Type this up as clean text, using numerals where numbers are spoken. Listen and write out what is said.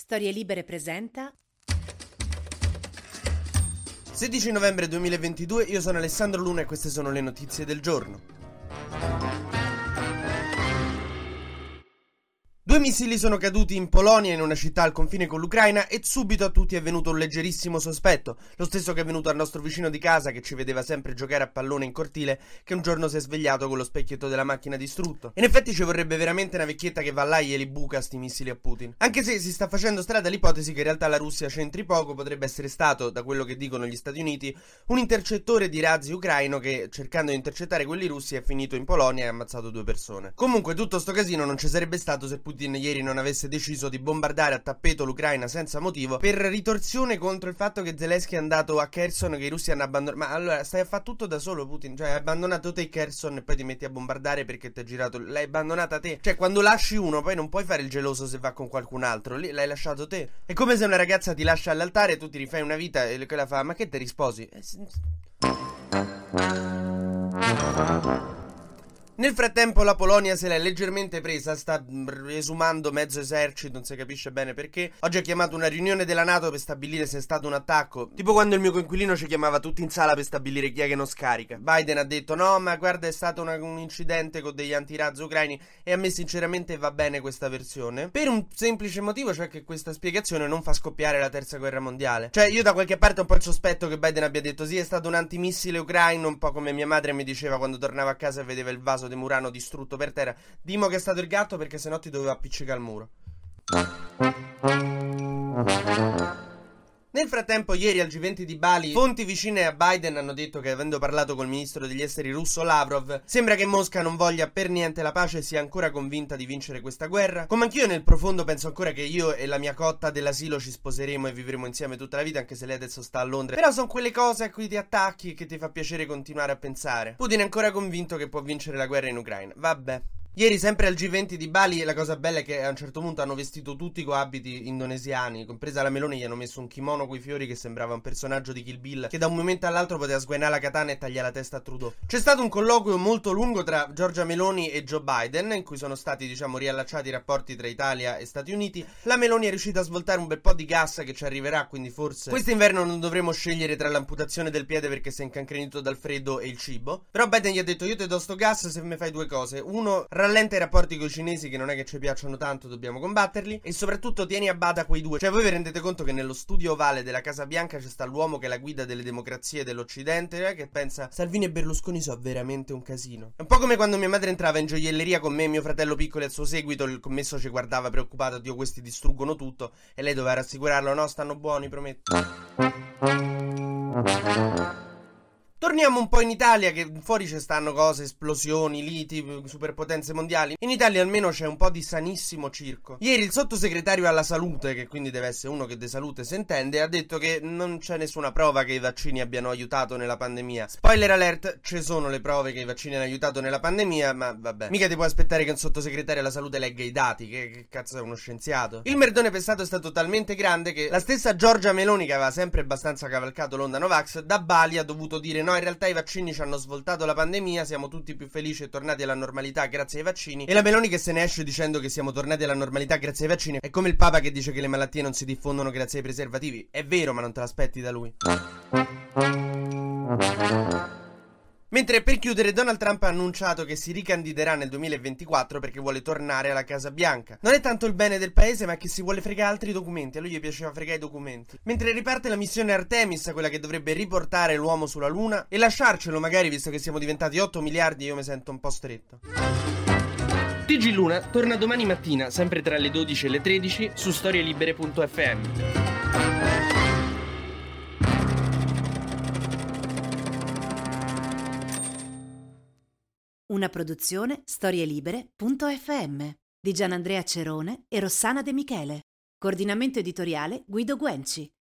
Storie Libere presenta 16 novembre 2022, io sono Alessandro Luna e queste sono le notizie del giorno. 2 missili sono caduti in Polonia, in una città al confine con l'Ucraina, e subito a tutti è venuto un leggerissimo sospetto, lo stesso che è venuto al nostro vicino di casa che ci vedeva sempre giocare a pallone in cortile, che un giorno si è svegliato con lo specchietto della macchina distrutto. In effetti ci vorrebbe veramente una vecchietta che va là e glieli buca sti missili a Putin. Anche se si sta facendo strada l'ipotesi che in realtà la Russia c'entri poco, potrebbe essere stato, da quello che dicono gli Stati Uniti, un intercettore di razzi ucraino che, cercando di intercettare quelli russi, è finito in Polonia e ha ammazzato 2 persone. Comunque tutto sto casino non ci sarebbe stato se Putin ieri non avesse deciso di bombardare a tappeto l'Ucraina senza motivo per ritorsione contro il fatto che Zelensky è andato a Kherson, che i russi hanno abbandonato. Ma allora stai a fare tutto da solo, Putin? Cioè hai abbandonato te Kherson e poi ti metti a bombardare perché ti hai girato. L'hai abbandonata te. Cioè quando lasci uno poi non puoi fare il geloso se va con qualcun altro. Lì l'hai lasciato te. È come se una ragazza ti lascia all'altare e tu ti rifai una vita e quella fa: ma che te risposi? Nel frattempo la Polonia se l'è leggermente presa, sta esumando mezzo esercito, non si capisce bene perché. Oggi ha chiamato una riunione della NATO per stabilire se è stato un attacco, tipo quando il mio coinquilino ci chiamava tutti in sala per stabilire chi è che non scarica. Biden ha detto no, ma guarda, è stato un incidente con degli antirazzi ucraini, e a me sinceramente va bene questa versione, per un semplice motivo, cioè che questa spiegazione non fa scoppiare la terza guerra mondiale. Cioè io da qualche parte ho un po' il sospetto che Biden abbia detto sì, è stato un antimissile ucraino, un po' come mia madre mi diceva quando tornava a casa e vedeva il vaso di Murano distrutto per terra. Dimo che è stato il gatto perché sennò ti doveva appiccicare al muro. Nel frattempo, ieri al G20 di Bali, fonti vicine a Biden hanno detto che, avendo parlato col ministro degli esteri russo Lavrov, sembra che Mosca non voglia per niente la pace e sia ancora convinta di vincere questa guerra. Come anch'io nel profondo penso ancora che io e la mia cotta dell'asilo ci sposeremo e vivremo insieme tutta la vita, anche se lei adesso sta a Londra. Però sono quelle cose a cui ti attacchi e che ti fa piacere continuare a pensare. Putin è ancora convinto che può vincere la guerra in Ucraina. Vabbè. Ieri, sempre al G20 di Bali, la cosa bella è che a un certo punto hanno vestito tutti con abiti indonesiani, compresa la Meloni. Gli hanno messo un kimono coi fiori che sembrava un personaggio di Kill Bill, che da un momento all'altro poteva sguainare la katana e tagliare la testa a Trudeau. C'è stato un colloquio molto lungo tra Giorgia Meloni e Joe Biden, in cui sono stati, riallacciati i rapporti tra Italia e Stati Uniti. La Meloni è riuscita a svoltare un bel po' di gas che ci arriverà, quindi forse quest'inverno non dovremo scegliere tra l'amputazione del piede perché sei incancrenito dal freddo e il cibo. Però Biden gli ha detto: io ti do sto gas se mi fai 2 cose. Uno, rallenta i rapporti con i cinesi, che non è che ci piacciono tanto, dobbiamo combatterli, e soprattutto tieni a bada quei 2. Cioè voi vi rendete conto che nello studio ovale della Casa Bianca c'è sta l'uomo che è la guida delle democrazie dell'Occidente, che pensa: Salvini e Berlusconi so veramente un casino. È un po' come quando mia madre entrava in gioielleria con me e mio fratello piccolo e al suo seguito il commesso ci guardava preoccupato: Dio, questi distruggono tutto, e lei doveva rassicurarlo: no, stanno buoni, prometto. Torniamo un po' in Italia, che fuori ci stanno cose, esplosioni, liti, superpotenze mondiali. In Italia almeno c'è un po' di sanissimo circo. Ieri il sottosegretario alla salute, che quindi deve essere uno che di salute si intende, ha detto che non c'è nessuna prova che i vaccini abbiano aiutato nella pandemia. Spoiler alert, ci sono le prove che i vaccini hanno aiutato nella pandemia, ma vabbè. Mica ti puoi aspettare che un sottosegretario alla salute legga i dati, che cazzo è uno scienziato? Il merdone pestato è stato talmente grande che la stessa Giorgia Meloni, che aveva sempre abbastanza cavalcato l'onda Novax, da Bali ha dovuto dire: no, in realtà i vaccini ci hanno svoltato la pandemia, siamo tutti più felici e tornati alla normalità grazie ai vaccini. E la Meloni che se ne esce dicendo che siamo tornati alla normalità grazie ai vaccini è come il Papa che dice che le malattie non si diffondono grazie ai preservativi. È vero, ma non te l'aspetti da lui. Mentre per chiudere, Donald Trump ha annunciato che si ricandiderà nel 2024 perché vuole tornare alla Casa Bianca. Non è tanto il bene del paese, ma che si vuole fregare altri documenti. A lui gli piaceva fregare i documenti. Mentre riparte la missione Artemis, quella che dovrebbe riportare l'uomo sulla Luna, e lasciarcelo magari, visto che siamo diventati 8 miliardi, io mi sento un po' stretto. TG Luna torna domani mattina, sempre tra le 12 e le 13, su storielibere.fm. Una produzione storielibere.fm di Gianandrea Cerone e Rossana De Michele. Coordinamento editoriale Guido Guenci.